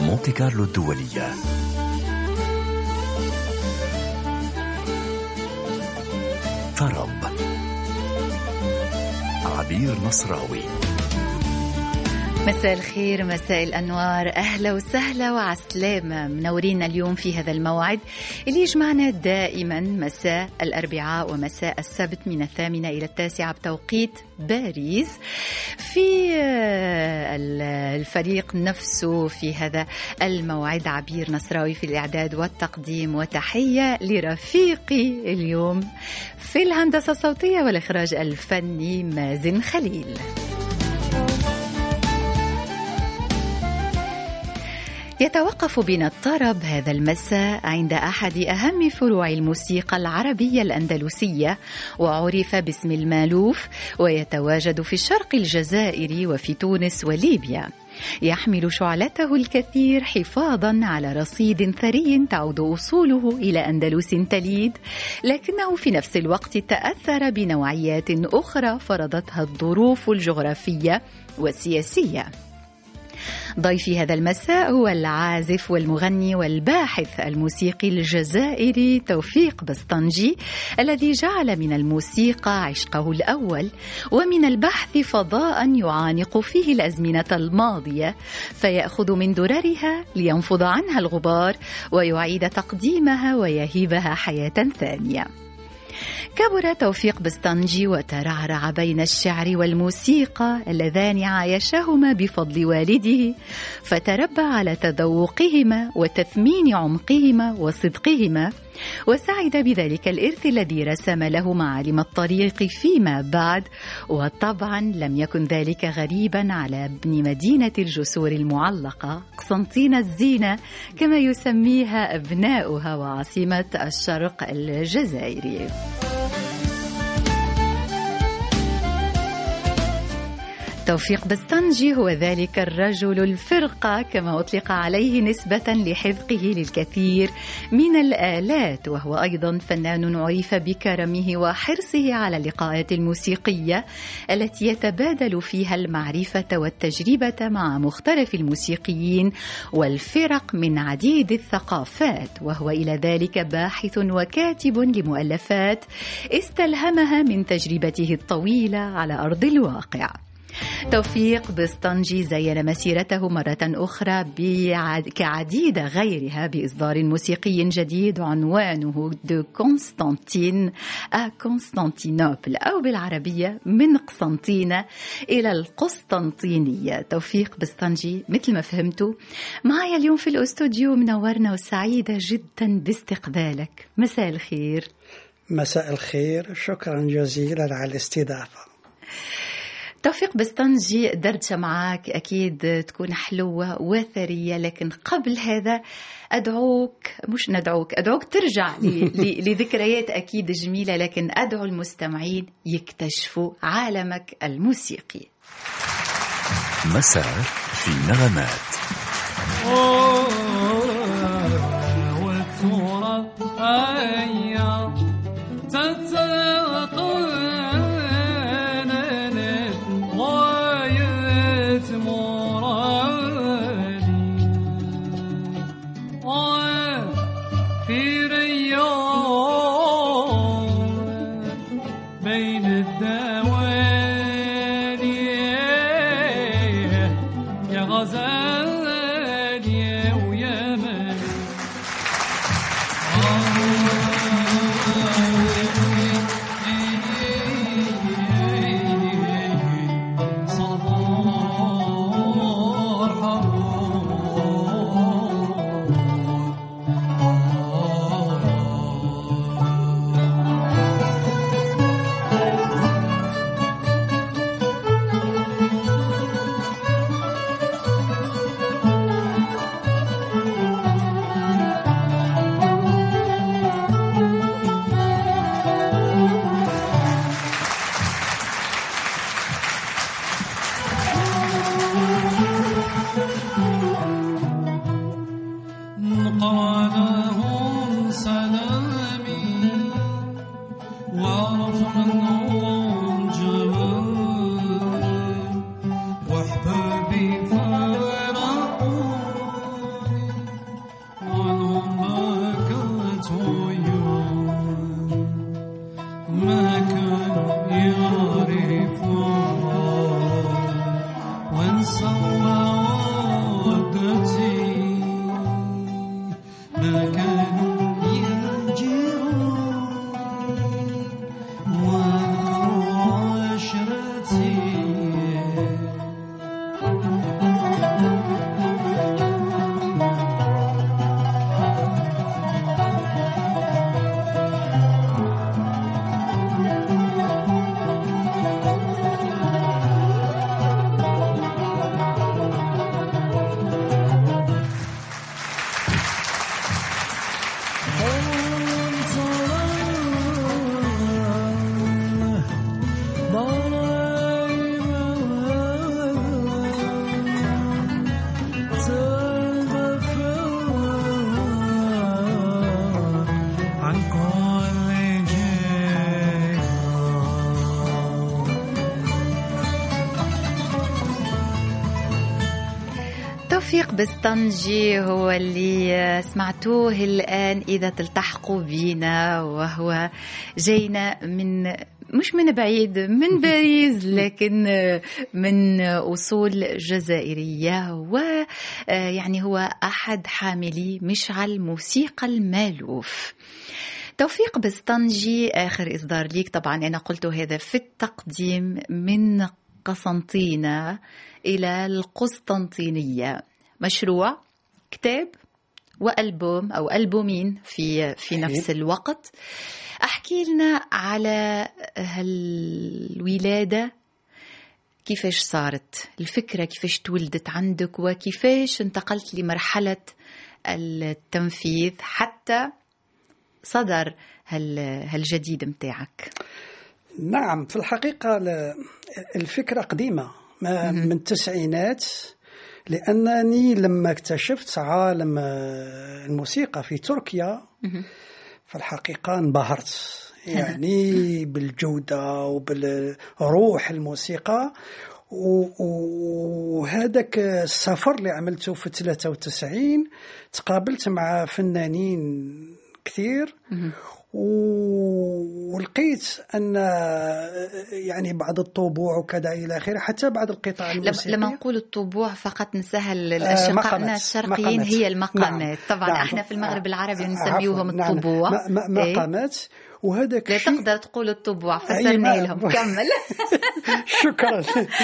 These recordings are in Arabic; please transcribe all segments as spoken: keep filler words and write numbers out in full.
مونتي كارلو الدولية. طرب عبير نصراوي. مساء الخير، مساء الأنوار، أهلا وسهلا وعسلامة. منورين اليوم في هذا الموعد اللي يجمعنا دائما مساء الأربعاء ومساء السبت من الثامنة إلى التاسعة بتوقيت باريس. في الفريق نفسه في هذا الموعد عبير نصراوي في الإعداد والتقديم، وتحية لرفيقي اليوم في الهندسة الصوتية والإخراج الفني مازن خليل. يتوقف بنا الطرب هذا المساء عند أحد أهم فروع الموسيقى العربية الأندلسية، وعرف باسم المالوف، ويتواجد في الشرق الجزائري وفي تونس وليبيا. يحمل شعلته الكثير حفاظا على رصيد ثري تعود أصوله إلى أندلس تليد، لكنه في نفس الوقت تأثر بنوعيات أخرى فرضتها الظروف الجغرافية والسياسية. ضيفي هذا المساء هو العازف والمغني والباحث الموسيقي الجزائري توفيق بسطنجي، الذي جعل من الموسيقى عشقه الأول، ومن البحث فضاء يعانق فيه الأزمنة الماضية، فيأخذ من دررها لينفض عنها الغبار ويعيد تقديمها ويهيبها حياة ثانية. كبر توفيق بسطنجي وترعرع بين الشعر والموسيقى اللذان عايشهما بفضل والده، فتربى على تذوقهما وتثمين عمقهما وصدقهما، وسعد بذلك الإرث الذي رسم له معالم الطريق فيما بعد. وطبعا لم يكن ذلك غريبا على ابن مدينة الجسور المعلقة، قسنطينة الزينة كما يسميها أبناؤها، وعاصمة الشرق الجزائري. توفيق بسطنجي هو ذلك الرجل الفرقة كما أطلق عليه نسبة لحذقه للكثير من الآلات، وهو أيضا فنان عرف بكرمه وحرصه على اللقاءات الموسيقية التي يتبادل فيها المعرفة والتجربة مع مختلف الموسيقيين والفرق من عديد الثقافات، وهو إلى ذلك باحث وكاتب لمؤلفات استلهمها من تجربته الطويلة على أرض الواقع. توفيق بسطنجي زين مسيرته مرة أخرى كعديد غيرها بإصدار موسيقي جديد عنوانه دو كونستانتين أ كونستانتينوبل، أو بالعربية من قسنطينة إلى القسطنطينية. توفيق بسطنجي مثل ما فهمتوا معي اليوم في الأستوديو، منورنا وسعيدة جدا باستقبالك. مساء الخير. مساء الخير، شكرا جزيلا على الاستضافة. توفيق بسطنجي، دردشة معك أكيد تكون حلوة وثرية، لكن قبل هذا أدعوك مش ندعوك أدعوك ترجع لذكريات أكيد جميلة، لكن أدعو المستمعين يكتشفوا عالمك الموسيقي. مساء في نغمات. توفيق بستنجي هو اللي سمعتوه الآن إذا تلتحقوا بينا، وهو جينا من مش من بعيد، من باريس، لكن من أصول جزائرية، ويعني هو أحد حاملي مشعل موسيقى المالوف. توفيق بستنجي آخر إصدار ليك، طبعا أنا قلت هذا في التقديم، من قسنطينة إلى القسطنطينية، مشروع كتاب وألبوم أو ألبومين في في نفس الوقت. أحكي لنا على هالولادة، كيفاش صارت الفكرة، كيفاش تولدت عندك، وكيفاش انتقلت لمرحلة التنفيذ حتى صدر هالجديد متاعك. نعم، في الحقيقة الفكرة قديمة من التسعينات، لأنني لما اكتشفت عالم الموسيقى في تركيا في الحقيقة انبهرت، يعني بالجودة وبالروح الموسيقى. وهذاك السفر اللي عملته في ثلاثة وتسعين تقابلت مع فنانين كثير، ولقيت أن يعني بعض الطبوع وكذا إلى آخره، حتى بعض القطع الموسيقية. لما نقول الطبوع فقط نسهل الأشقائنا الشرقيين، هي المقامات. نعم. طبعا نعم. احنا في المغرب العربي نسميوهم نعم. الطبوع مقامات. إيه؟ وهذاك لا تقدر تقول الطبوع، فسرنا لهم. كمل. شكرا.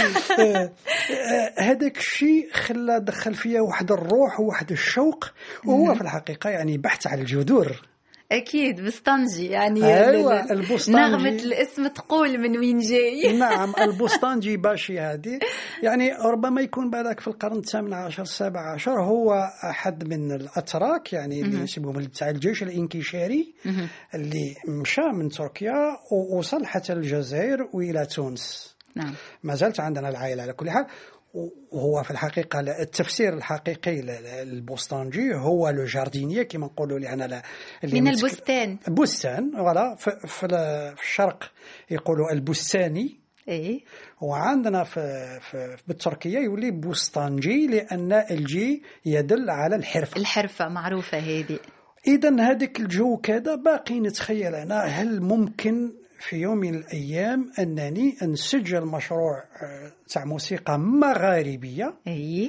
هذاك الشيء خلى دخل فيها واحد الروح وواحد الشوق، وهو في الحقيقة يعني بحث على الجذور. أكيد بستانجي، يعني أيوة البستانجي، نغمة الاسم تقول من وين جاي. نعم، البستانجي باشي هذه، يعني ربما يكون بالك في القرن الثامن عشر السابع عشر، هو أحد من الأتراك، يعني اللي يسموهم تاع الجيش الانكشاري، اللي مشى من تركيا ووصل حتى الجزائر وإلى تونس. نعم، ما زالت عندنا العائلة على كل حال. وهو في الحقيقة التفسير الحقيقي للبوستانجي هو لو جاردينيه كما نقولوا لنا، من البستان. بستان، ولا في, في, في الشرق يقولوا البستاني. ايه، وعندنا في, في بالتركية يولي بوستانجي، لأن الجي يدل على الحرفة. الحرفة معروفة هذه. إذن هذاك الجو كذا باقي نتخيل أنا، هل ممكن في يوم من الأيام أنني أنسجل مشروع تاع موسيقى مغاربية؟ أي.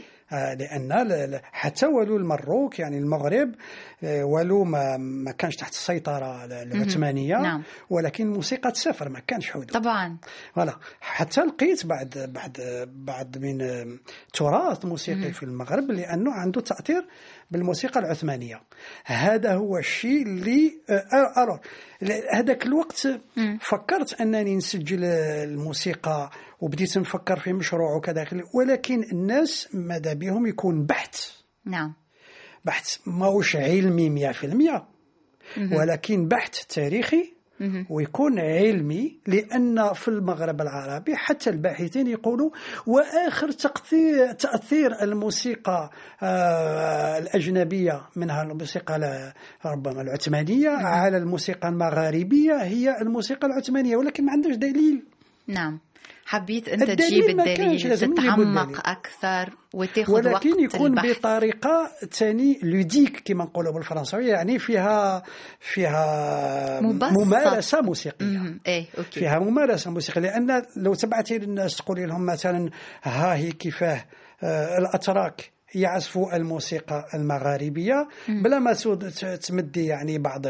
لأن حتى ولو المروك، يعني المغرب، ولو ما ما كانش تحت السيطرة العثمانية، نعم. ولكن الموسيقى تسافر، ما كانش حدود. طبعا. ولا حتى لقيت بعد بعد بعد من تراث موسيقي في المغرب، لأنه عنده تأثير بالموسيقى العثمانية. هذا هو الشيء اللي أرى هذاك الوقت مم. فكرت أنني نسجل الموسيقى، وبديت نفكر في مشروع وكذا، ولكن الناس ماذا بهم يكون بحث. نعم، بحث ماهوش علمي مية في المية، ولكن بحث تاريخي ويكون علمي، لأن في المغرب العربي حتى الباحثين يقولوا وآخر تأثير تأثير الموسيقى آه الأجنبية، منها الموسيقى ربما العثمانية، على الموسيقى المغاربية هي الموسيقى العثمانية، ولكن ما عندش دليل. نعم، حبيت أنت تجيب الدليل، تتعمق أكثر وتاخذ وقت، ولكن يكون البحث بطريقة تاني لوديك كما نقولوا بالفرنساوية، يعني فيها فيها مبسط. ممارسة موسيقية. إيه، أوكي. فيها ممارسة موسيقية، لأن لو تبعتي للناس تقولي لهم مثلا ها هي كيفاه آه الأتراك يعزفوا الموسيقى المغاربية، مم. بلا ما تمدي يعني بعض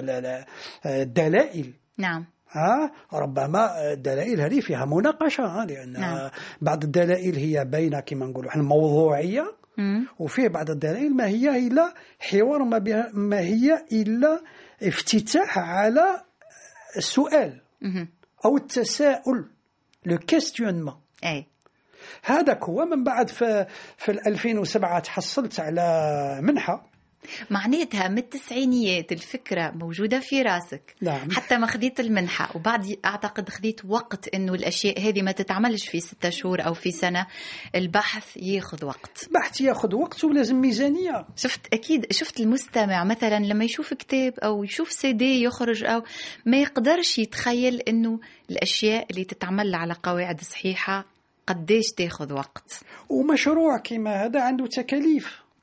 الدلائل. نعم. ها ربما الدلائل هذه فيها مناقشة، لأن نعم. بعض الدلائل هي بين كما نقولوا احنا موضوعية، مم. وفيه بعض الدلائل ما هي إلا حوار، ما, بها ما هي إلا افتتاح على السؤال مم. أو التساؤل، لو كيستيونمون. أي هذا هو. من بعد في في ألفين وسبعة تحصلت على منحة، معناتها من التسعينيات الفكرة موجودة في راسك. نعم. حتى ما خديت المنحة، وبعد أعتقد خديت وقت إنه الأشياء هذه ما تتعملش في ستة شهور أو في سنة، البحث ياخذ وقت. بحث ياخذ وقت ولازم ميزانية. شفت أكيد، شفت المستمع مثلا لما يشوف كتاب أو يشوف سيدي يخرج، أو ما يقدرش يتخيل إنه الأشياء اللي تتعمل على قواعد صحيحة قديش تاخذ وقت. ومشروع كما هذا عنده تكاليف.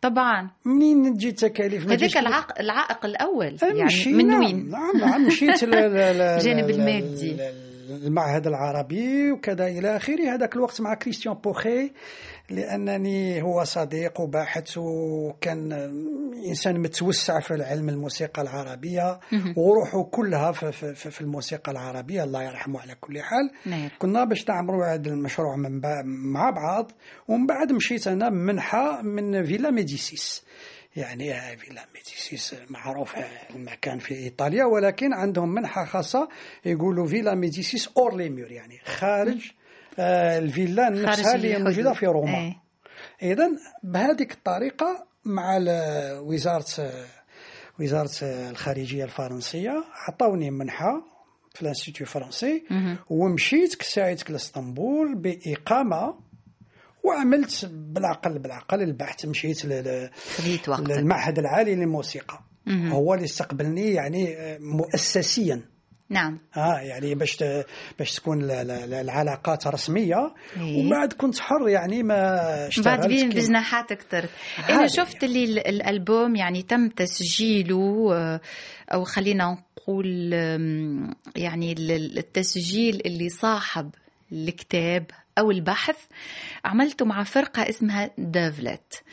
طبعا منين تجي التكاليف؟ هذاك العائق العائق الاول يعني من نعم وين؟ نعم نعم مشيت الجانب المادي المعهد العربي وكذا إلى آخره. هذاك الوقت مع كريستيان بوخي، لأنني هو صديق وباحث وكان إنسان متوسع في العلم الموسيقى العربية وروحه كلها في, في, في الموسيقى العربية الله يرحمه. على كل حال نعم. كنا باش نعمروا هذا المشروع من مع بعض، ومن بعد مشيت أنا منحة من فيلا ميديسيس. يعني فيلا ميديسيس معروف المكان في إيطاليا، ولكن عندهم منحة خاصة يقولوا فيلا ميديسيس أور لي ميور، يعني خارج آه الفيلا نفسها اللي موجودة في روما. ايه. إذن بهذه الطريقة مع وزارة وزارة الخارجية الفرنسية عطاوني منحة في الانستيتيو الفرنسي، ومشيت كسايت لإسطنبول بإقامة، وعملت بالعقل بالعقل البحث. مشيت للمعهد العالي للموسيقى، هو اللي استقبلني يعني مؤسسيا. نعم. اه يعني باش باش تكون العلاقات رسميه. إيه؟ وبعد كنت حر يعني ما اشتغلت بعد بين بجناحات اكثر. انا شفت اللي الالبوم يعني تم تسجيله، او خلينا نقول يعني التسجيل اللي صاحب الكتاب أو البحث عملته مع فرقة اسمها دافلت،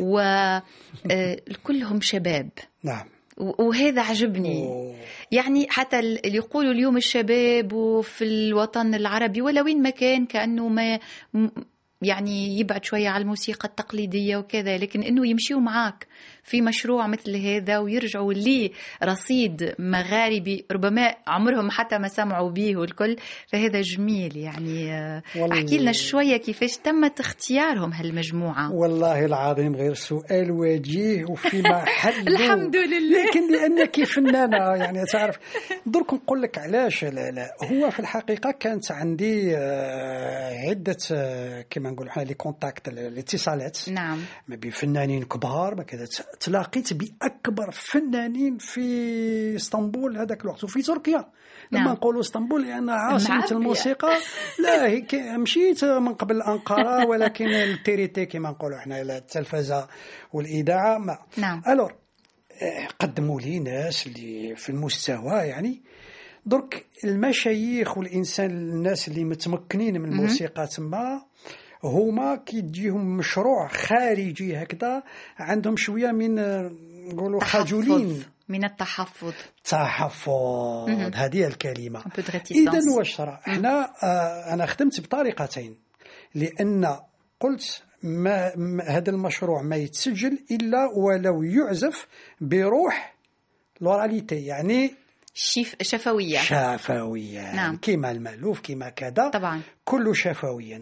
وكلهم شباب. نعم. وهذا عجبني. أوه. يعني حتى اللي يقولوا اليوم الشباب وفي الوطن العربي ولا وين ما كان كأنه ما يعني يبعد شوية على الموسيقى التقليدية وكذا، لكن إنه يمشيوا معاك في مشروع مثل هذا ويرجعوا لي رصيد مغاربي ربما عمرهم حتى ما سمعوا به والكل، فهذا جميل. يعني احكي لنا شوية كيفاش تمت اختيارهم هالمجموعة. والله العظيم غير سؤال وجيه وفي محل. الحمد لله. لكن لأنك فنانة يعني تعرف درك نقول لك علاش. لا لا هو في الحقيقة كانت عندي عدة كما نقول احنا لي كونتاكت الاتصالات. نعم. ما بين فنانين كبار ما كذا. تلاقيت بأكبر فنانين في اسطنبول هذاك الوقت وفي تركيا. لما نعم. نقولوا اسطنبول لأن عاصمة الموسيقى. لا هيك مشيت من قبل أنقرة، ولكن التيريتي كما نقولوا احنا التلفزة والإذاعة ما. نعم. ألور قدموا لي ناس اللي في المستوى يعني. درك المشايخ والإنسان الناس اللي متمكنين من الموسيقى تما هما كيجيهم مشروع خارجي هكذا عندهم شوية من نقولوا خجولين من التحفظ. تحفظ هذه الكلمة. إذن واش راه احنا آه أنا خدمت بطريقتين، لأن قلت ما هذا المشروع ما يتسجل إلا ولو يعزف بروح لوراليتي، يعني شف... شفوية شفوية. نعم. كيما المألوف كيما كذا طبعا كله شفويا.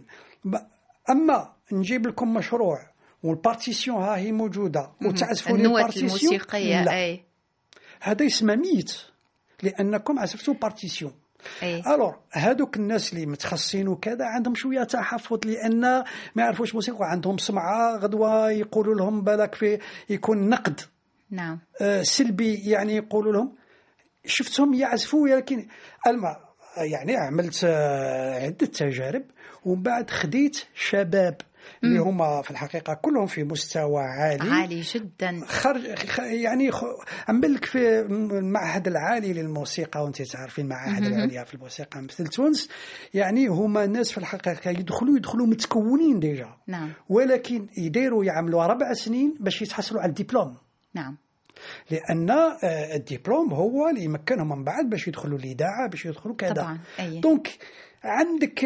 أما نجيب لكم مشروع والبارتيسيون ها هي موجودة وتعزفوا لي البارتيسيون، لا أي. هذا يسمى ميت لأنكم عزفتوا بارتيسيون. ألور هادوك الناس اللي متخصصين وكذا عندهم شوية تحفظ، لأن ما يعرفوش موسيقى، عندهم سمعة غدوة يقولوا لهم بالك في يكون نقد. نعم. آه سلبي، يعني يقولوا لهم شفتهم يعزفوا، لكن الما يعني عملت عدة تجارب ومن بعد خديت شباب اللي هما في الحقيقة كلهم في مستوى عالي عالي جدا. خرج يعني عمل لك في المعهد العالي للموسيقى، وانت تعرفين المعاهد العليا في الموسيقى مثل تونس، يعني هما ناس في الحقيقة يدخلوا يدخلوا متكونين ديجا. نعم. ولكن يديروا يعملوا أربع سنين باش يتحصلوا على الدبلوم. نعم. لأن الدبلوم هو اللي يمكنهم من بعد باش يدخلوا الإذاعة باش يدخلوا كذا. طبعا. أيه. دونك عندك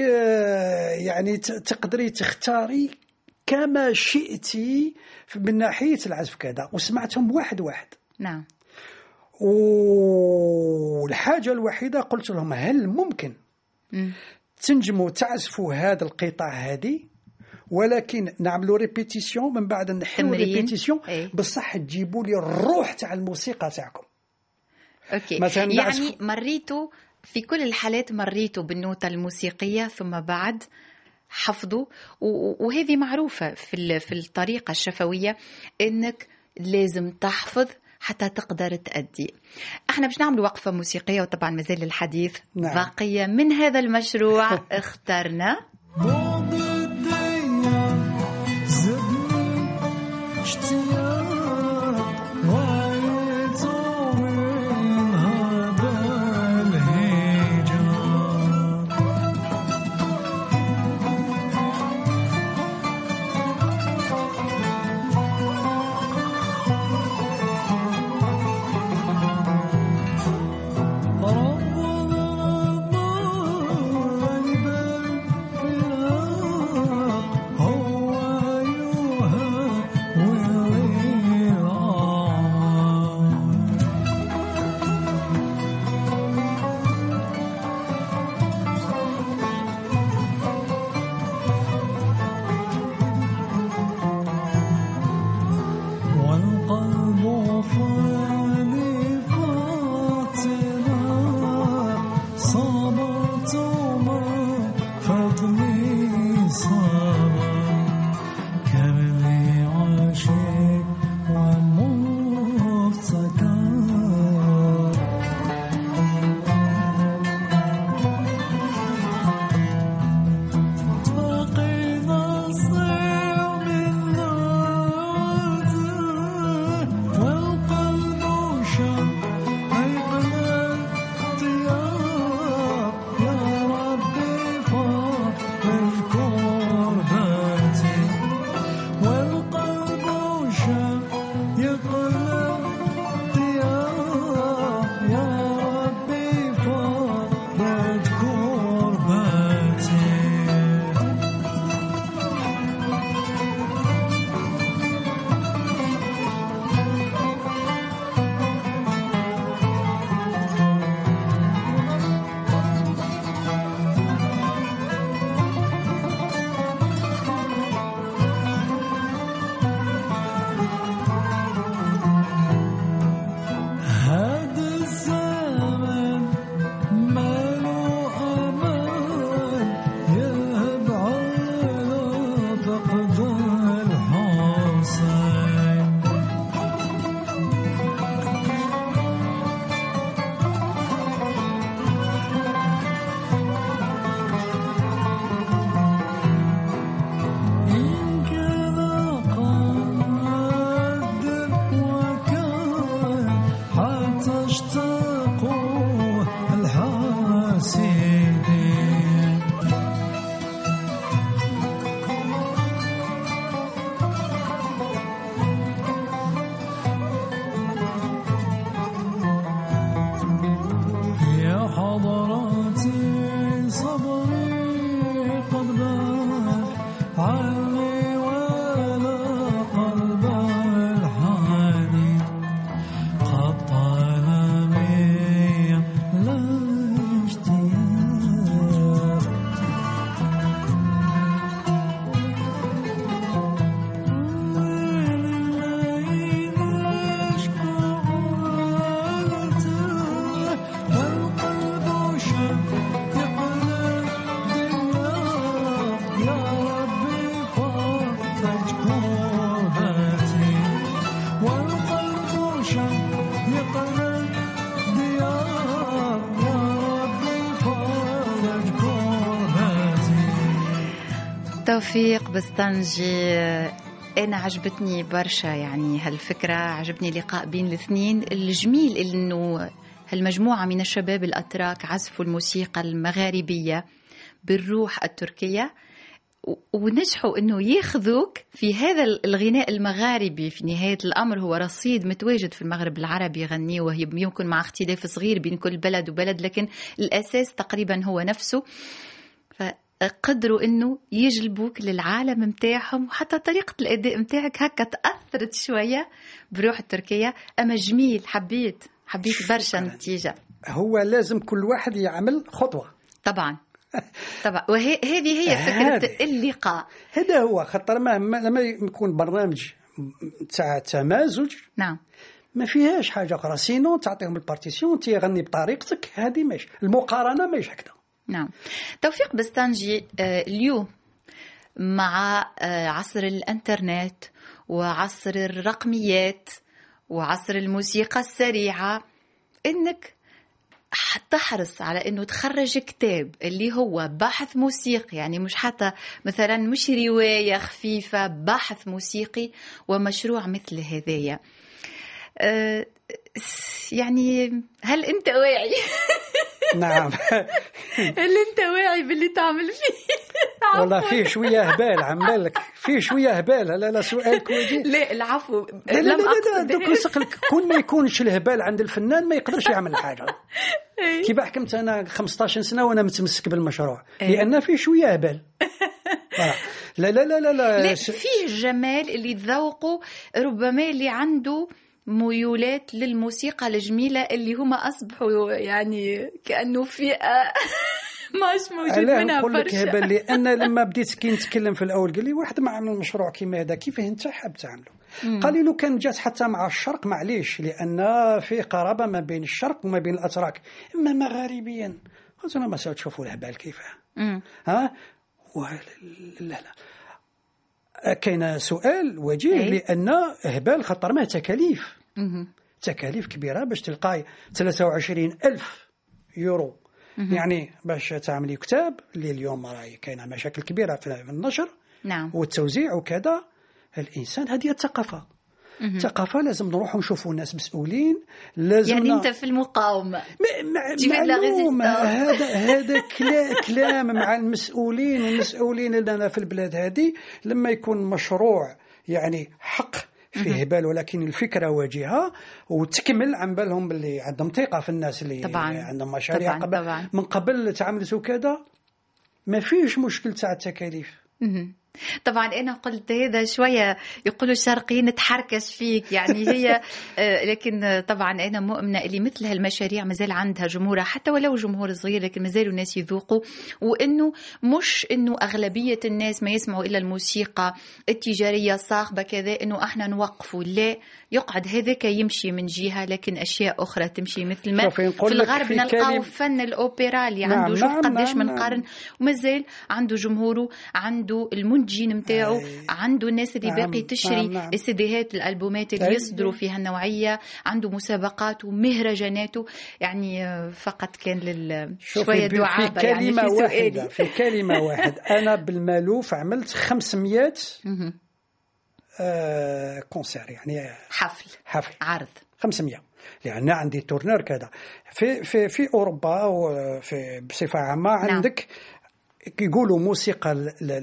يعني تقدري تختاري كما شئتي من ناحية العزف كذا، وسمعتهم واحد واحد. نعم. والحاجة الوحيدة قلت لهم هل ممكن م. تنجموا تعزفوا هذا القطع هذه، ولكن نعملوا ريبيتيسيون من بعد نحيو ريبيتيسيون بصح تجيبوا لي الروح تاع الموسيقى تاعكم. اوكي. يعني مريتوا في كل الحالات مريتوا بالنوتة الموسيقية ثم بعد حفظوا، وهذه معروفة في في الطريقة الشفوية انك لازم تحفظ حتى تقدر تأدي. احنا باش نعمل وقفة موسيقية، وطبعا مازال الحديث نعم. بقية من هذا المشروع اخترنا Still توفيق بستانجي، أنا عجبتني برشا يعني هالفكرة، عجبني لقاء بين الاثنين. الجميل إنه هالمجموعة من الشباب الأتراك عزفوا الموسيقى المغاربية بالروح التركية، ونجحوا إنه ياخذوك في هذا الغناء المغاربي. في نهاية الأمر هو رصيد متواجد في المغرب العربي يغنيه، وهي يمكن مع اختلاف صغير بين كل بلد وبلد، لكن الأساس تقريبا هو نفسه. فقدروا إنه يجلبوك للعالم متاعهم، وحتى طريقة الأداء متاعك هكا تأثرت شوية بروح التركية. أما جميل، حبيت حبيت برشا النتيجة. هو لازم كل واحد يعمل خطوة طبعا طبعا، وهذه هي فكرة اللقاء. هذا هو خطر ما لما يكون برنامج تاع تمازج، نعم، ما فيهاش حاجة أخرى، سينو تعطيهم البارتيسيون تيغني بطريقتك، هذه ماشي المقارنة، ماهيش هكذا. نعم. توفيق بستانجي، اليوم مع عصر الانترنت وعصر الرقميات وعصر الموسيقى السريعة، إنك تحرص على إنه تخرج كتاب اللي هو بحث موسيقي، يعني مش حتى مثلا مش رواية خفيفة، بحث موسيقي ومشروع مثل هذايا. أه يعني هل أنت واعي؟ نعم. هل أنت واعي باللي تعمل فيه؟ والله فيه شوية هبال، عمالك فيه شوية هبال. لا لا سؤالك وجيه. لا العفو، لا لا لا, لا, لا دوك نسقلك، كون ما يكونش الهبال عند الفنان ما يقدرش يعمل حاجة. كيف حكمت أنا خمسطاش سنة وأنا متمسك بالمشروع، لأن فيه شوية هبال. لا لا لا لا لا, لا فيه جمال اللي ذوقه ربما اللي عنده ميولات للموسيقى الجميلة اللي هما أصبحوا يعني كأنه فئة ماش موجود منها برشا. لك هبل، لأن لما بديت كي نتكلم في الأول قال لي واحد ما عمل مشروع كيما هذا كيفاه أنت حاب تعمله؟ قال لي لو كان جات حتى مع الشرق معليش، لأن في قرابة ما بين الشرق وما بين الأتراك، إما مغاربيا. قلت أنا ما تشوفوا الهبال كيفاه. ها لا لا كاين سؤال وجيه، لأن هبال خطر ما تكاليف تكاليف كبيرة باش تلقاي ثلاثة وعشرين ألف يورو، يعني باش تعملي كتاب اللي اليوم راهي كاينه مشاكل كبيرة في النشر، نعم، والتوزيع وكذا. الإنسان هذه الثقافة، ثقافة لازم نروح نشوفوا ناس مسؤولين. لازم يعني أنت في المقاومة معلومة، هذا هذا كلام مع المسؤولين والمسؤولين لنا في البلاد هذه. لما يكون مشروع يعني حق فيه بال، ولكن الفكرة واجهة وتكمل عن بالهم باللي عندهم ثقة في الناس اللي طبعاً. عندهم مشاريع طبعاً. قبل طبعاً. من قبل تعملت وكذا، ما فيش مشكل تاع التكاليف. طبعا أنا قلت هذا شوية يقولوا الشرقيين تحركش فيك، يعني هي لكن طبعا أنا مؤمنة اللي مثل هالمشاريع مازال عندها جمهورها، حتى ولو جمهور صغير، لكن مازالوا الناس يذوقوا. وإنه مش إنه أغلبية الناس ما يسمعوا إلا الموسيقى التجارية صاخبة كذا إنه إحنا نوقفوا، لا، يقعد هذاك يمشي من جهة، لكن أشياء أخرى تمشي، مثل ما في الغرب نلقاو فن الأوبرا اللي نعم عنده شوف نعم قديش من نعم قرن ومازال عنده جمهوره، عنده المنتجين متاعه، عنده الناس اللي نعم باقي تشري نعم نعم. السيديهات الألبومات اللي يصدروا فيها النوعية، عنده مسابقات ومهرجاناته. يعني فقط كان لل شوية دعابة يعني في واحدة في كلمة واحدة. أنا بالمالوف عملت خمسمية آه كونسير، يعني حفل حفل عرض خمسمية، لأن عندي تورنر كذا في في في أوروبا وفي بصفة عامة. عندك يقولوا موسيقى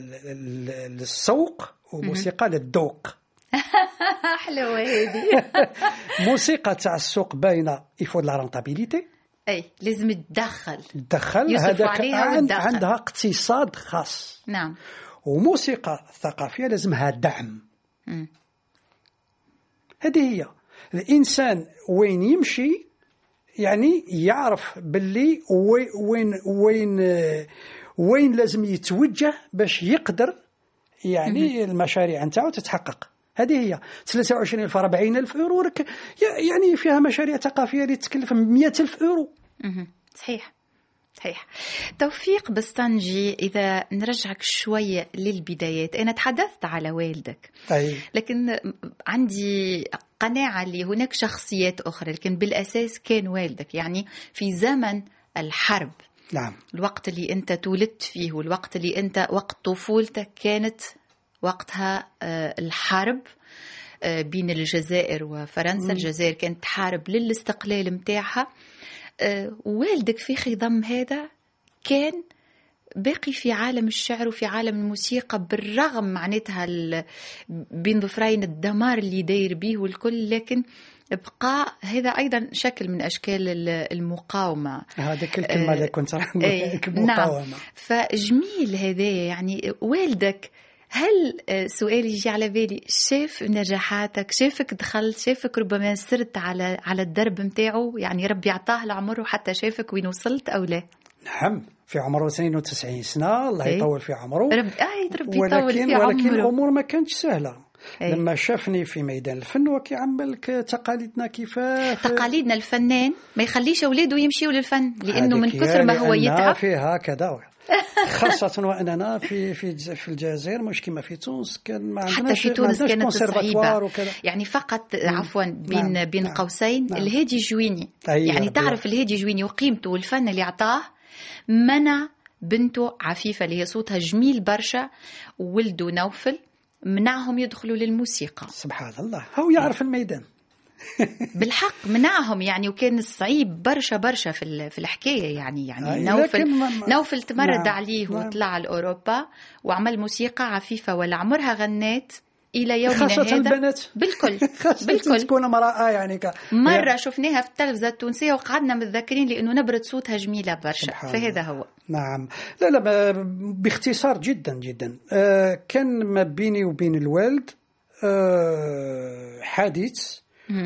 للسوق وموسيقى للذوق. حلوة هذه. موسيقى تاع السوق باينة يفوت لا رونتابيليتي، أي لازم تدخل تدخل هذاك عند عندها اقتصاد خاص. نعم. وموسيقى الثقافية لازمها دعم. م. هذه هي الإنسان وين يمشي يعني يعرف باللي وين وين وين لازم يتوجه باش يقدر يعني المشاريع نتاعو تتحقق. هذه هي ثلاثة وعشرين ألف أربعين ألف يورو، يعني فيها مشاريع ثقافية اللي تكلف مئة ألف يورو. صحيح صحيح. توفيق بستانجي، إذا نرجعك شوية للبدايات، أنا تحدثت على والدك، أي. لكن عندي قناعة اللي هناك شخصيات أخرى، لكن بالأساس كان والدك. يعني في زمن الحرب نعم. الوقت اللي أنت تولدت فيه والوقت اللي أنت وقت طفولتك كانت وقتها الحرب بين الجزائر وفرنسا. م. الجزائر كانت تحارب للاستقلال متاعها. والدك في خضم هذا كان باقي في عالم الشعر وفي عالم الموسيقى، بالرغم معناتها بين ظفرين الدمار اللي داير به والكل، لكن بقى هذا أيضا شكل من أشكال المقاومة. هذيك الكلمة اللي كنت راح نقول لك، المقاومة. نعم. فجميل هذا. يعني والدك هل سؤال يجي على بالي، شاف نجاحاتك، شافك دخلت، شافك ربما سرت على على الدرب متاعه، يعني ربي يعطاه العمر وحتى شافك وين وصلت أو لا؟ نعم، في عمره اثنين وتسعين سنة، الله يطول في عمره. رب... آه ربي ولكن يطول في عمره. ولكن الأمور ما كانتش سهلة. أي. لما شافني في ميدان الفن وكيعمل لك تقاليدنا كيفاش. تقاليدنا الفنان ما يخليش أولاده يمشيوا للفن، لأنه من كثر ما هو يتعب فيها هكذا. خاصة وأننا في في في الجزائر مش كما في تونس، كان ما عندناش حتى في تونس كانت صعيبة. يعني فقط عفوا بين نعم. بين نعم. قوسين. نعم. الهادي الجويني. أيوة. يعني تعرف الهادي الجويني وقيمته والفن اللي عطاه، منع بنته عفيفة اللي هي صوتها جميل برشا وولده نوفل، منعهم يدخلوا للموسيقى. سبحان الله، هو يعرف الميدان. بالحق منعهم يعني، وكان صعيب برشا برشا في في الحكايه. يعني يعني نوفل نوفل تمرد نعم. عليه نعم. وطلع لأوروبا وعمل موسيقى عفيفة ولا عمرها غنات إلى يومنا هذا. خاصة البنات بالكل بالكل تكون امرأة يعني ك... مرة شفناها في التلفزة التونسية وقعدنا متذكرين لأنه نبرة صوتها جميلة برشا. فهذا هو. نعم. لا لا باختصار جدا جدا. آه كان ما بيني وبين الوالد آه حديث،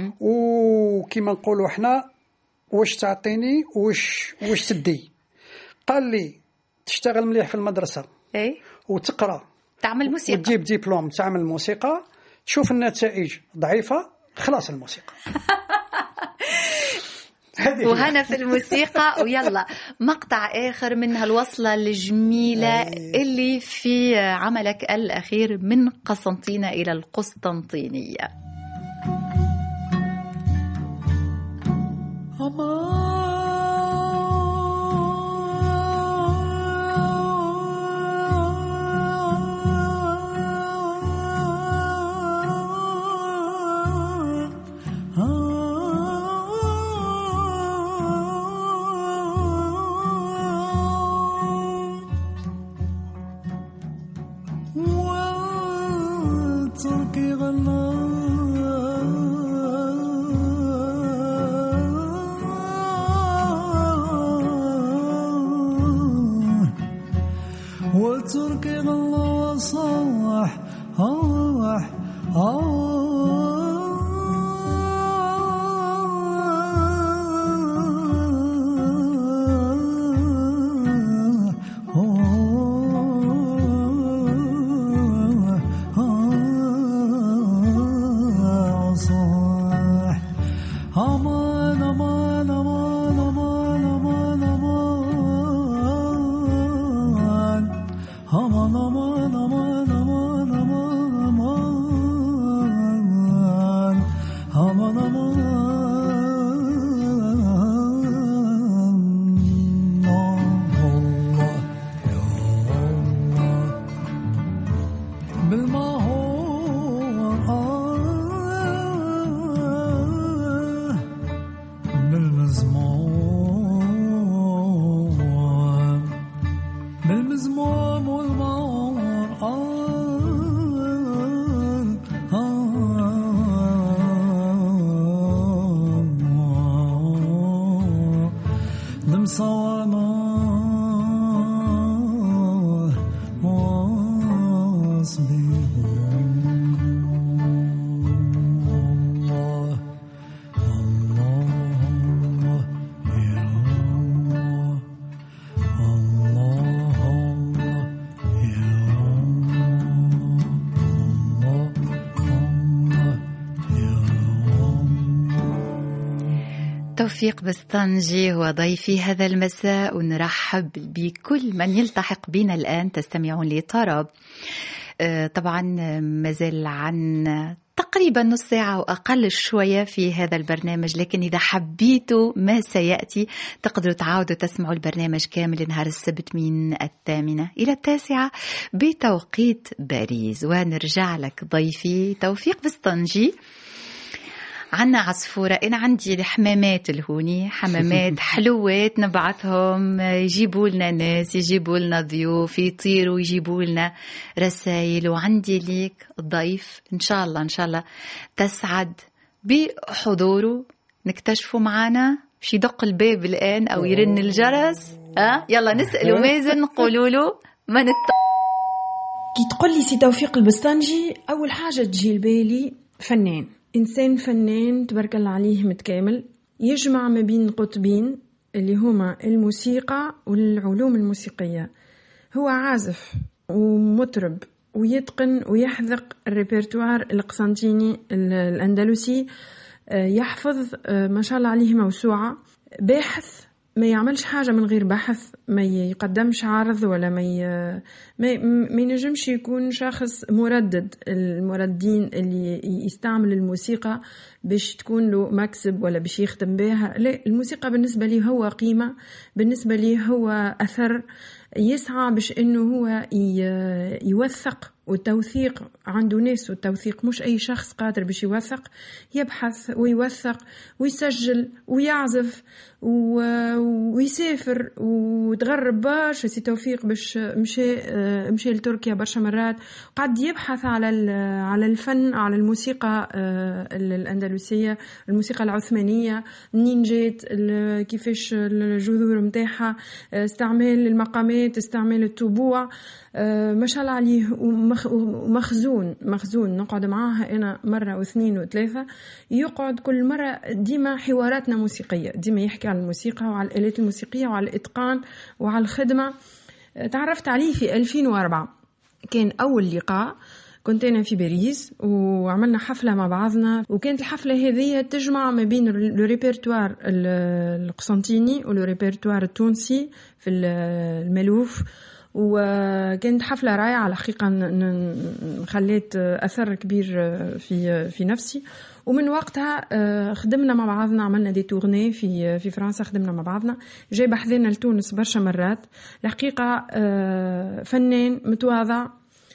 وكما نقولوا احنا واش تعطيني واش واش تدي. قال لي تشتغل مليح في المدرسة اي وتقرأ تعمل موسيقى وتجيب دبلوم تعمل موسيقى، تشوف النتائج ضعيفة خلاص الموسيقى. وهنا في الموسيقى. ويلا مقطع آخر من هالوصلة الجميلة اللي في عملك الأخير من قسنطينة إلى القسطنطينية. وتركي الله صاح آه آه توفيق بسطنجي هو ضيفي هذا المساء، ونرحب بكل من يلتحق بنا الآن. تستمعون لطرب. طبعا مازال عن تقريبا نص ساعة وأقل شوية في هذا البرنامج، لكن إذا حبيتوا ما سيأتي تقدروا تعاودوا تسمعوا البرنامج كامل نهار السبت من الثامنة إلى التاسعة بتوقيت باريس. ونرجع لك ضيفي توفيق بسطنجي. عنا عصفورة، أنا عندي الحمامات الهوني، حمامات حلوات نبعثهم يجيبوا لنا ناس، يجيبوا لنا ضيوف، يطيروا يجيبوا لنا رسائل. وعندي ليك ضيف إن شاء الله إن شاء الله تسعد بحضوره، نكتشفوا معنا شي دق الباب الآن أو يرن الجرس. أه؟ يلا نسأله مازن نقولوا له ما نت... كي تقول لي سي توفيق البسطنجي أول حاجة تجي لبالي فنان، إنسان فنان تبارك الله عليه متكامل، يجمع ما بين قطبين اللي هما الموسيقى والعلوم الموسيقية. هو عازف ومطرب ويتقن ويحذق الريبرتوار القسنطيني الأندلسي، يحفظ ما شاء الله عليه موسوعة. باحث، ما يعملش حاجة من غير بحث، ما يقدمش عرض ولا ما ي... ما, ما ينجمش يكون شخص مردد. المردين اللي يستعمل الموسيقى باش تكون له مكسب ولا باش يخدم بها، لا، الموسيقى بالنسبة لي هو قيمة، بالنسبة لي هو أثر، يسعى باش إنه هو يوثق. والتوثيق عنده ناس، والتوثيق مش أي شخص قادر باش يوثق، يبحث ويوثق ويسجل ويعزف ويسافر وتغرب برشا. سي توفيق باش مشى مشى لتركيا برشا مرات، قعد يبحث على على الفن، على الموسيقى الأندلسية، الموسيقى العثمانية، منين جات، كيفاش الجذور متاعها، استعمال المقامات، استعمال الطبوع، ما شاء الله عليه. ومخزون مخزون نقعد معاها أنا مرة واثنين وثلاثة، يقعد كل مرة ديما حواراتنا موسيقية، ديما يحكي على الموسيقى وعلى الآلات الموسيقية وعلى الإتقان وعلى الخدمة. تعرفت عليه في ألفين وأربعة، كان أول لقاء، كنت أنا في باريس وعملنا حفلة مع بعضنا، وكانت الحفلة هذه تجمع ما بين الريبرتوار القسنطيني والريبرتوار التونسي في الملوف. وكانت حفلة رائعة الحقيقة، خليت أثر كبير في في نفسي. ومن وقتها خدمنا مع بعضنا، عملنا دي تورني في في فرنسا، خدمنا مع بعضنا، جاي بحذنا لتونس برشا مرات. الحقيقة فنان متواضع،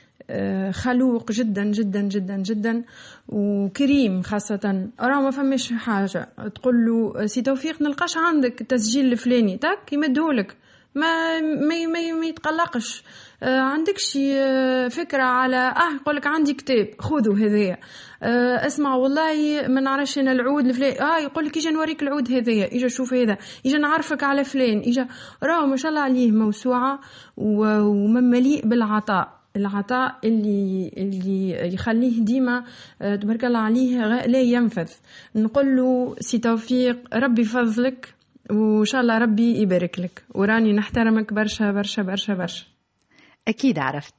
خلوق جدا جدا جدا جدا، وكريم خاصة. أرى ما فمش حاجة تقول له سي توفيق نلقاش عندك التسجيل الفلاني، تاك يمدهولك، ما ما ما, ما يتقلقش. آه عندك شي فكرة على اه يقولك عندي كتاب خذوا هذايا. آه اسمع والله ما نعرفش انا العود الفلاني، اه يقولك اجا نوريك العود هذايا، اجا شوف هذا، اجا نعرفك على فلان، اجا راهو ما شاء الله عليه موسوعة وممليء بالعطاء. العطاء اللي اللي يخليه ديما تبارك الله عليه لا ينفذ. نقول له سي توفيق ربي فضلك، وإن شاء الله ربي يبارك لك، وراني نحترمك برشا برشا برشا برشا. أكيد عرفت.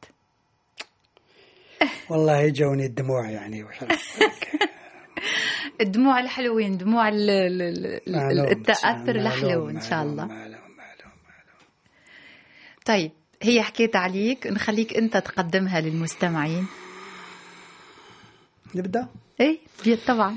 والله جوني الدموع يعني الدموع الحلوين، دموع التأثر الحلو إن شاء الله. معلوم معلوم معلوم. طيب هي حكيت عليك، نخليك أنت تقدمها للمستمعين. نبدأ؟ إيه طبعا.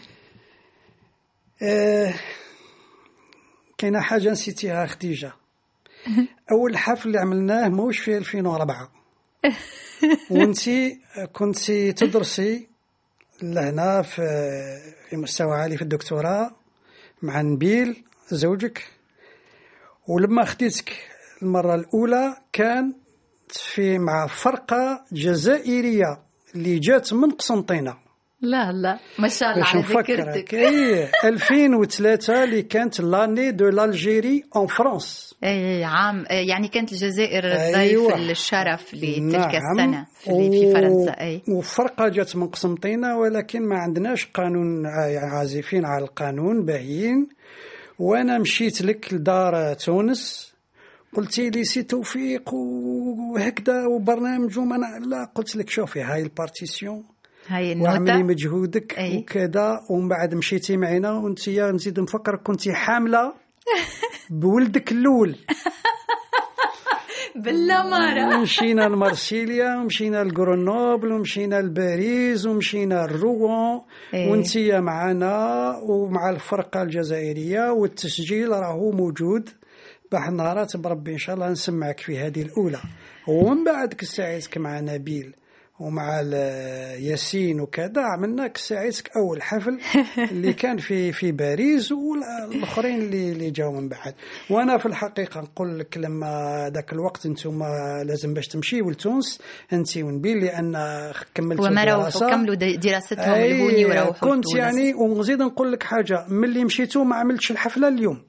أه كاينه حاجه نسيتيها خديجه. اول حفل اللي عملناه موش في ألفين وأربعة، وانتي كنتي تدرسي لهنا في في مستوى عالي في الدكتوراه مع نبيل زوجك، ولما خديتك المره الاولى كان في مع فرقه جزائريه اللي جات من قسنطينه. لا لا ما شاء الله على ذاكرتك. اي ألفين وثلاثة اللي كانت لاني دو لالجيري اون فرانس. اي عام، يعني كانت الجزائر ضيف أيوة. الشرف لتلك نعم. السنه في, في فرنسا. اي وفرقه جات من قسنطينه، ولكن ما عندناش قانون عازفين على القانون باهيين. وانا مشيت لك لدار تونس، قلتي لي سي توفيق وهكذا وبرنامج ومنع. لا، قلت لك شوفي هاي البارتيسيون، هاي النوتة وعملي مجهودك أي. وكذا. ومن بعد مشيتي معنا، وانت يا نزيد نفكر كنتي حامله بولدك الاول. بالأمارة. مشينا لمارسيليا ومشينا لغرونوبل ومشينا لباريس ومشينا لروان إيه. وانتيا معنا ومع الفرقة الجزائرية، والتسجيل راهو موجود بحال نهارات بربي إن شاء الله نسمعك في هذه الأولى. ومن بعد كساعدك مع نبيل ومع ياسين وكذا عملنا كساعدك أول حفل اللي كان في في باريس، والآخرين اللي اللي جاوا من بعد. وأنا في الحقيقة نقول لك لما ذاك الوقت أنتم لازم باش تمشيوا لتونس أنت ونبيل، لأن كملتوا وما روحوا الدراسة كملوا دراستهم الهوني وروحوا كنت لتونس. يعني. ونزيد نقول لك حاجة، ملي مشيتوا ما عملتش الحفلة اليوم.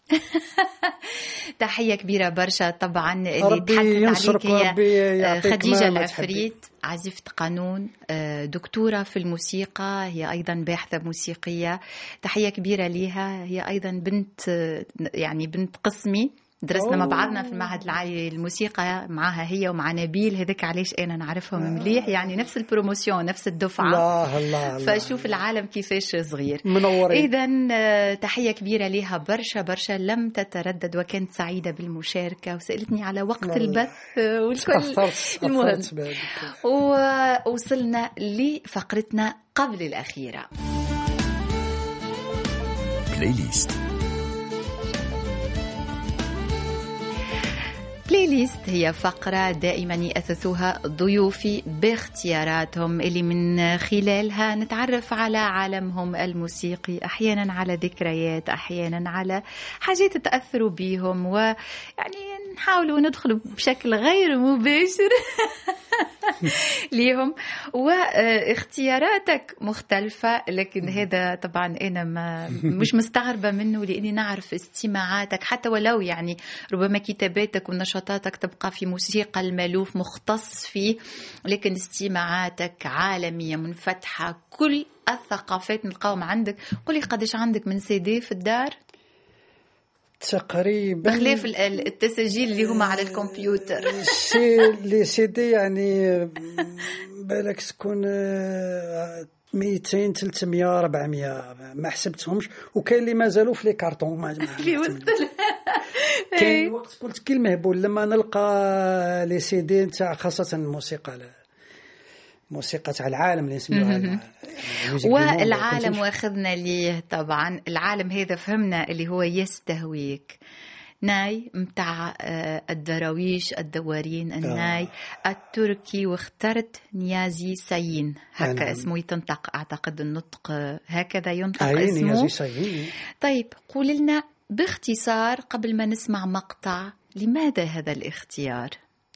تحية كبيرة برشا طبعا اللي ربي تحدث ينصرك عليك وربي هي يعطيك خديجة ما العفريت، عازفة قانون، دكتورة في الموسيقى، هي أيضا باحثة موسيقية. تحية كبيرة لها. هي أيضا بنت يعني بنت قسمي، درسنا مع بعضنا في المعهد العالي للموسيقى معها هي ومع نبيل، هذاك علاش انا نعرفهم مليح، يعني نفس البروموسيون نفس الدفعه. الله الله الله. فشوف العالم كيفاش صغير. منورين. اذا تحيه كبيره لها برشا برشا، لم تتردد وكانت سعيده بالمشاركه وسالتني على وقت البث والكل. المهم ووصلنا لفقرتنا قبل الاخيره، بلاي ليست. بلاي ليست هي فقرة دائما يأثثوها ضيوفي باختياراتهم اللي من خلالها نتعرف على عالمهم الموسيقي، أحيانا على ذكريات، أحيانا على حاجات تأثروا بيهم، ويعني نحاولوا ندخل بشكل غير مباشر ليهم. واختياراتك مختلفة، لكن هذا طبعا أنا ما مش مستغربة منه، لأني نعرف استماعاتك حتى ولو يعني ربما كتاباتك ونشاطاتك تبقى في موسيقى المالوف مختص فيه، لكن استماعاتك عالمية منفتحة، كل الثقافات نلقاهم عندك. قولي قديش عندك من سيدي في الدار؟ تقريبا بخلاف التسجيل اللي هما على الكمبيوتر. سي لي سيدي يعني بالك تكون مئتين ثلاثمية أربعمية ما حسبتهمش، وكاين اللي مازالوا في لي كارطون ما في وسط. كاين وقت قلت كي المهبول لما نلقى لي سيدي نتاع خاصة الموسيقى موسيقى تاع العالم اللي نسميوها والعالم واخذنا ليه. طبعا العالم هذا فهمنا اللي هو يستهويك، ناي متاع الدراويش الدوارين، الناي آه. التركي، واخترت نيازي سايين هكا آه. اسمه يتنطق، أعتقد النطق هكذا ينطق آه اسمه نيازي سايين. طيب قول لنا باختصار قبل ما نسمع مقطع، لماذا هذا الاختيار؟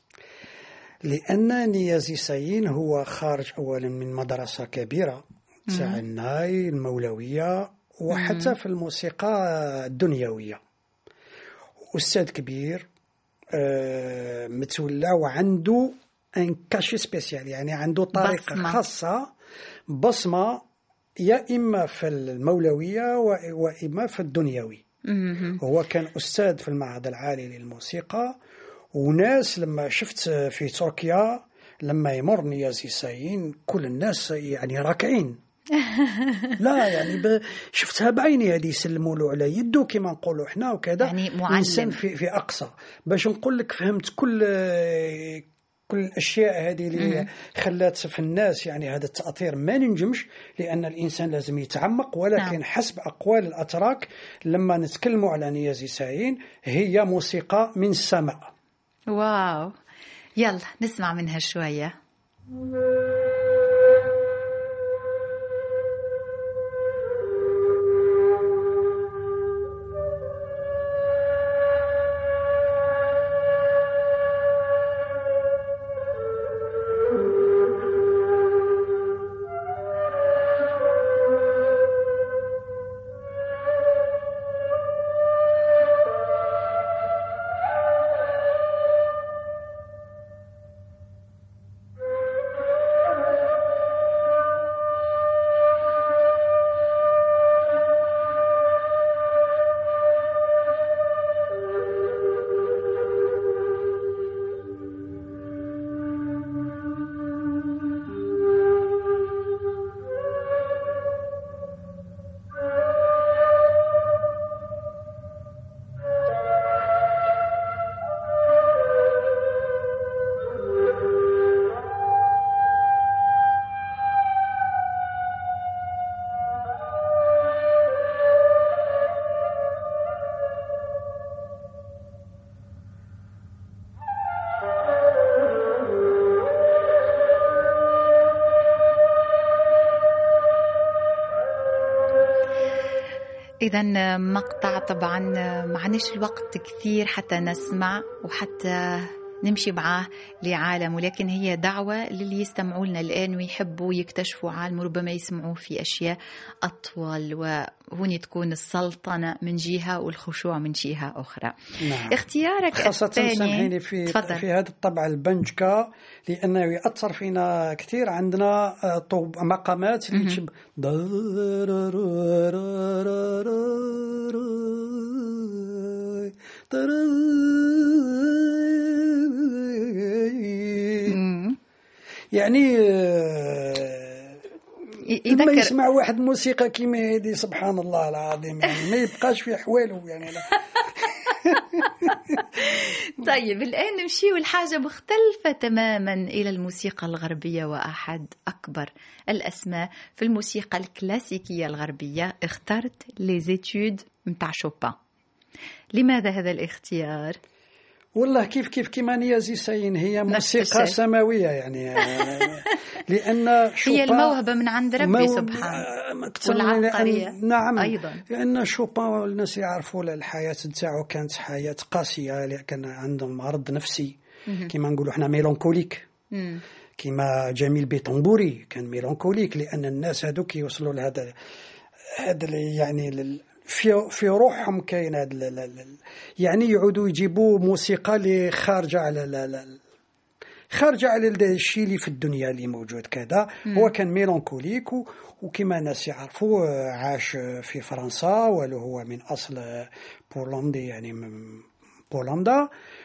لأن نيازي سايين هو خارج أولا من مدرسة كبيرة تاع الناي المولوية، وحتى مم. في الموسيقى الدنيوية، أستاذ كبير آه متولى وعنده ان كاشي سبيسيال، يعني عنده طريقة بصمة. خاصة بصمة يا إما في المولوية وإما في الدنيوي. مم. هو كان أستاذ في المعهد العالي للموسيقى، وناس لما شفت في تركيا لما يمر نيازي سايين كل الناس يعني راكعين. لا يعني شفتها بعيني، هذه يسلموا له على يده كما نقولوا احنا وكذا، يعني معلم انسان في في اقصى. باش نقول لك فهمت كل كل الاشياء هذه اللي خلات في الناس يعني هذا التاثير. ما ننجمش لان الانسان لازم يتعمق، ولكن نعم. حسب اقوال الاتراك لما نتكلموا على نيازي سايين هي موسيقى من السماء. واو، يلا نسمع منها شوية. إذا مقطع طبعا معناش الوقت كثير حتى نسمع وحتى نمشي معاه لعالم، ولكن هي دعوة للي يستمعوا لنا الآن ويحبوا يكتشفوا عالم، ربما يسمعوا في أشياء أطول، وهوني تكون السلطنة من جهة والخشوع من جهة أخرى. نعم. اختيارك خاصة الثاني سامحيني في تفضل. في هذا الطبع البنجكا لأنه يأثر فينا كثير. عندنا طوب مقامات اللي تشب يعني لما يسمع واحد موسيقى كيما هذه سبحان الله العظيم يعني ما يبقاش في حواله يعني لا. طيب الآن نمشي والحاجة مختلفة تماما إلى الموسيقى الغربية، وأحد أكبر الأسماء في الموسيقى الكلاسيكية الغربية. اخترت ليزيتود متاع شوبان. لماذا هذا الاختيار؟ والله كيف كيف كيما نيازي ساين هي موسيقى سماوية يعني لأن هي الموهبة من عند ربي سبحانه والعبقرية. نعم أيضا لأن شوبان الناس يعرفوا الحياة نتاعو كانت حياة قاسية، لكن عندهم مرض نفسي كيما نقولوا احنا ميلانكوليك، كيما جميل بيطنبوري كان ميلانكوليك، لأن الناس هذوك يوصلوا لهذا هذا يعني في في روحهم كاين هذا يعني يعودوا يجيبوا موسيقى اللي خارجه على خارجه على الشيء اللي في الدنيا اللي موجود كذا. هو كان ميلانكوليك وكما الناس يعرفوا عاش في فرنسا وله هو من اصل بولندي يعني من بولندا،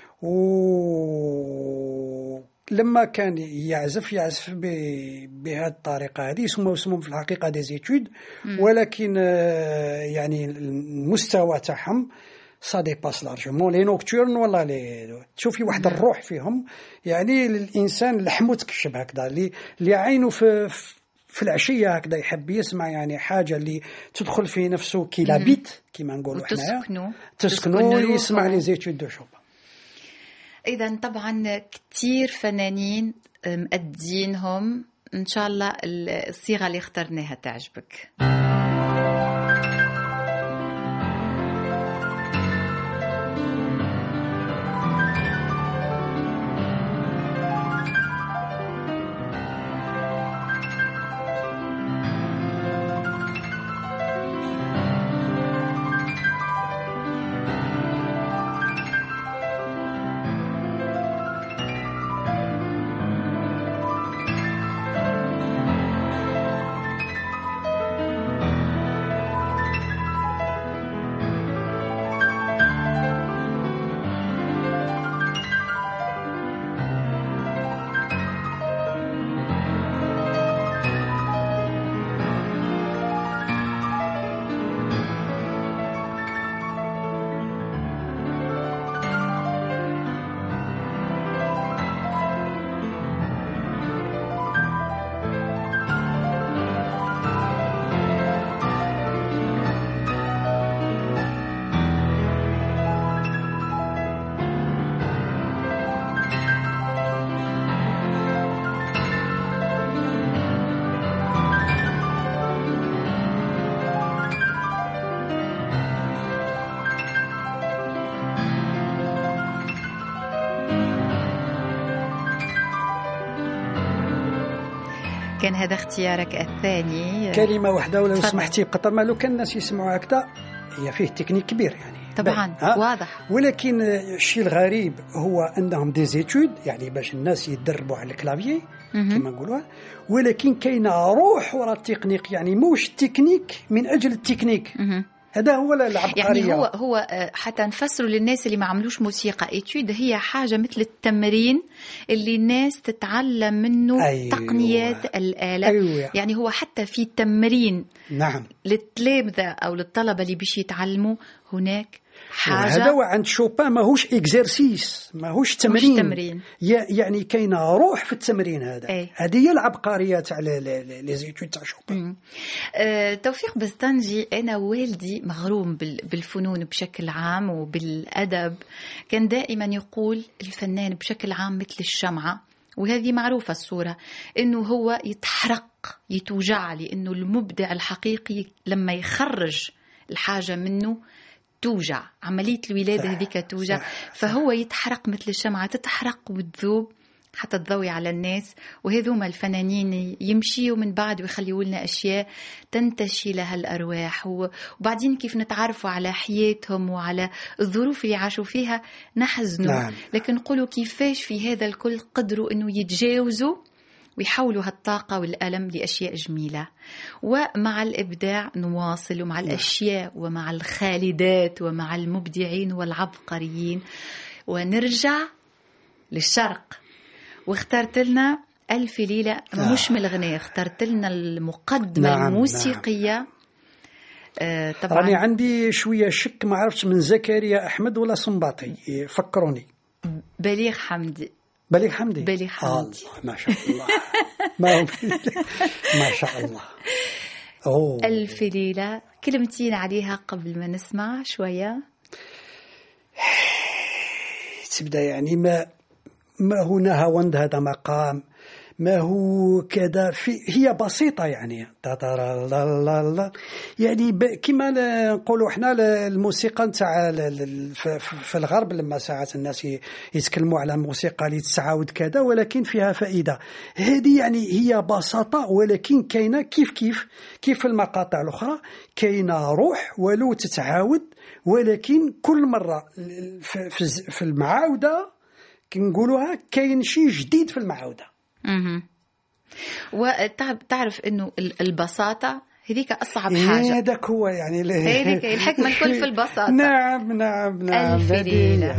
و لما كان يعزف يعزف بهذه الطريقة هذه اسمه اسمه في الحقيقة دي زيتود، ولكن يعني المستوى تاعهم سا ديباس لارجمون لي نوكتورن ولا لي تشوفي واحد الروح فيهم يعني الإنسان لحمو تكشب هكذا اللي اللي عينه في في العشية هكذا يحب يسمع يعني حاجة اللي تدخل في نفسه كي لابيت كيما نقولوا احنا تسكنوا تسكنوا يسمع لي زيتود دو شوبان. إذا طبعا كتير فنانين مأدينهم، إن شاء الله الصيغة اللي اخترناها تعجبك. كان هذا اختيارك الثاني. كلمة واحدة ولو سمحتي بقطر ما لو كان الناس يسمعوا هكذا هي فيه تكنيك كبير يعني طبعا واضح، ولكن الشيء الغريب هو أنهم دي زيتود يعني باش الناس يتدربوا على الكلافيي كما نقولوا، ولكن كاينه روح وراء التكنيك يعني موش تكنيك من أجل التكنيك. هذا هو العبقرية. يعني هو هو حتى نفسروا للناس اللي ما عملوش موسيقى إيتود، هي حاجة مثل التمرين اللي الناس تتعلم منه. أيوة. تقنيات الآلة. أيوة. يعني هو حتى في تمرين. نعم. للتلامذة أو للطلبة اللي بيش يتعلموا هناك حاجة. هذا عند شوبان ماهوش إكزرسيس ماهوش تمرين. مش تمرين. يعني كاينه روح في التمرين هذا. أي. هذه هي العبقرية تاع لي زيتود تاع شوبان. أه توفيق بستانجي، أنا والدي مغروم بالفنون بشكل عام وبالأدب، كان دائما يقول الفنان بشكل عام مثل الشمعة، وهذه معروفة الصورة إنه هو يتحرق يتوجع، لأنه المبدع الحقيقي لما يخرج الحاجة منه توجع، عملية الولادة هذيك توجع. صح. فهو يتحرق مثل الشمعة، تتحرق وتذوب حتى تضوي على الناس. وهذوما الفنانين يمشيوا من بعد ويخليوا لنا أشياء تنتشي لها الأرواح. وبعدين كيف نتعرفوا على حياتهم وعلى الظروف اللي عاشوا فيها نحزنوا. نعم. لكن نقولوا كيفاش في هذا الكل قدروا أنه يتجاوزوا ويحولوا هالطاقة والألم لأشياء جميلة. ومع الإبداع نواصل، ومع الأشياء ومع الخالدات ومع المبدعين والعبقريين. ونرجع للشرق، واخترت لنا ألف ليلة، مش من الغناء، اخترت لنا المقدمة نعم الموسيقية. نعم. آه طبعا راني عندي شوية شك، ما عرفتش من زكريا أحمد ولا صنباطي، فكروني. بليغ حمدي. بليغ حمدي. بليغ حمدي. الله ما شاء الله. ما هو ما شاء الله. أوه. ألف ليلة، كلمتين عليها قبل ما نسمع شوية. تبدأ يعني ما ما هنا هوند، هذا مقام ما هو كذا، في هي بسيطة يعني يعني كما نقولوا احنا الموسيقى نتاع في الغرب لما ساعات الناس يتكلموا على موسيقى اللي تتعاود كذا ولكن فيها فائدة. هذه يعني هي بساطة ولكن كاينة كيف كيف كيف المقاطع الأخرى، كاينة روح ولو تتعاود، ولكن كل مرة في المعاودة كنقولوها كاين شيء جديد في المعاودة. اها وتعرف انه البساطه هذيك اصعب حاجه. هذاك هو يعني هذيك الحكمه الكل في البساطه. نعم نعم نعم. ألف ليلة.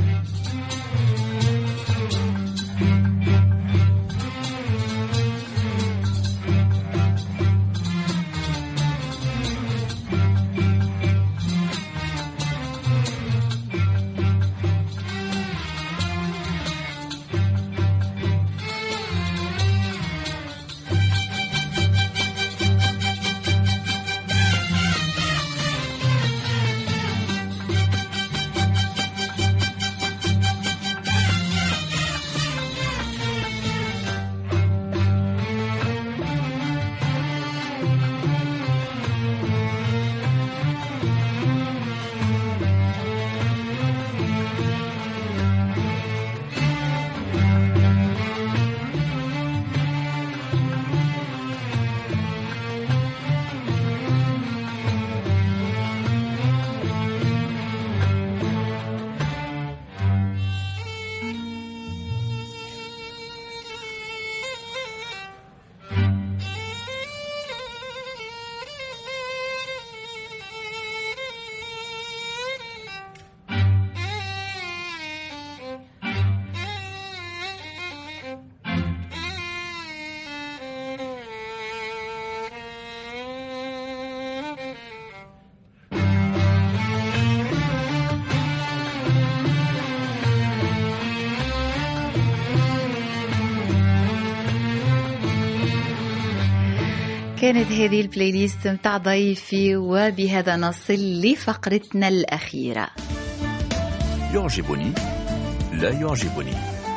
كانت هذه البلاي ليست متاع ضيفي، وبهذا نصل لفقرتنا الأخيرة. يعجبني لا يعجبني.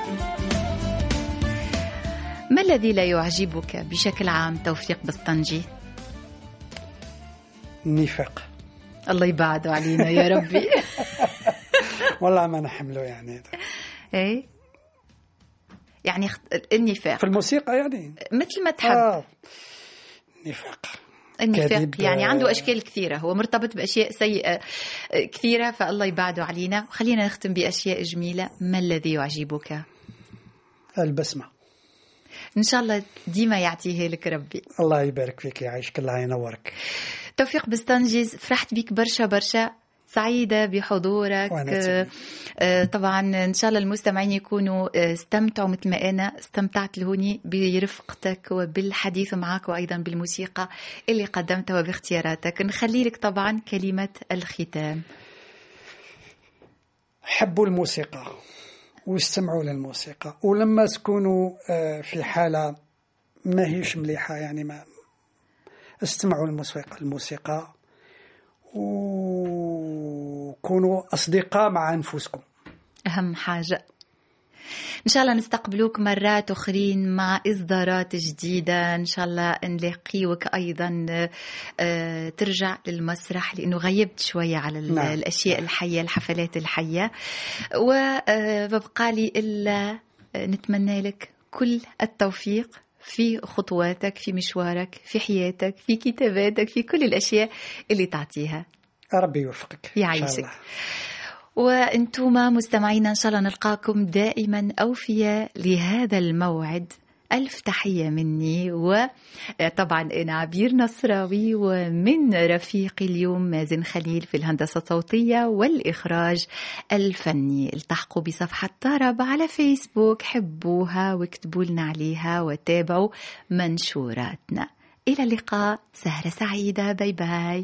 ما الذي لا يعجبك بشكل عام توفيق بسطنجي؟ النفاق. الله يبعده علينا يا ربي. والله ما نحمله يعني. ايه يعني النفاق في الموسيقى يعني مثل ما تحب. آه. نفاق. النفاق يعني عنده أشكال كثيرة، هو مرتبط بأشياء سيئة كثيرة، فالله يبعده علينا. وخلينا نختم بأشياء جميلة. ما الذي يعجبك؟ البسمة. إن شاء الله ديما يعطيه لك ربي. الله يبارك فيك، يعيشك، الله ينورك. توفيق بسطنجي، فرحت بك برشا برشا، سعيدة بحضورك. آه طبعا إن شاء الله المستمعين يكونوا استمتعوا مثل ما أنا استمتعت لهوني برفقتك وبالحديث معك، وأيضا بالموسيقى اللي قدمتها وباختياراتك. نخلي لك طبعا كلمة الختام. حبوا الموسيقى واستمعوا للموسيقى، ولما تكونوا في حالة ما هيش مليحة يعني ما استمعوا للموسيقى الموسيقى وكونوا أصدقاء مع أنفسكم. أهم حاجة. إن شاء الله نستقبلوك مرات أخرين مع إصدارات جديدة. إن شاء الله نلاقيوك أيضا ترجع للمسرح، لأنه غيبت شوية على نعم. الأشياء الحية، الحفلات الحية. وببقى لي إلا نتمنى لك كل التوفيق في خطواتك، في مشوارك، في حياتك، في كتاباتك، في كل الأشياء اللي تعطيها. ربي يوفقك. يعيشك. وانتم مستمعينا إن شاء الله نلقاكم دائما أوفياء لهذا الموعد. ألف تحية مني، وطبعا أنا عبير نصراوي، ومن رفيقي اليوم مازن خليل في الهندسة الصوتية والإخراج الفني. التحقوا بصفحة طرب على فيسبوك، حبوها واكتبوا لنا عليها وتابعوا منشوراتنا. إلى اللقاء، سهرة سعيدة، باي باي.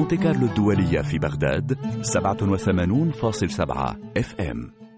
مونتي كارلو الدولية في بغداد سبعة وثمانين فاصلة سبعة اف ام.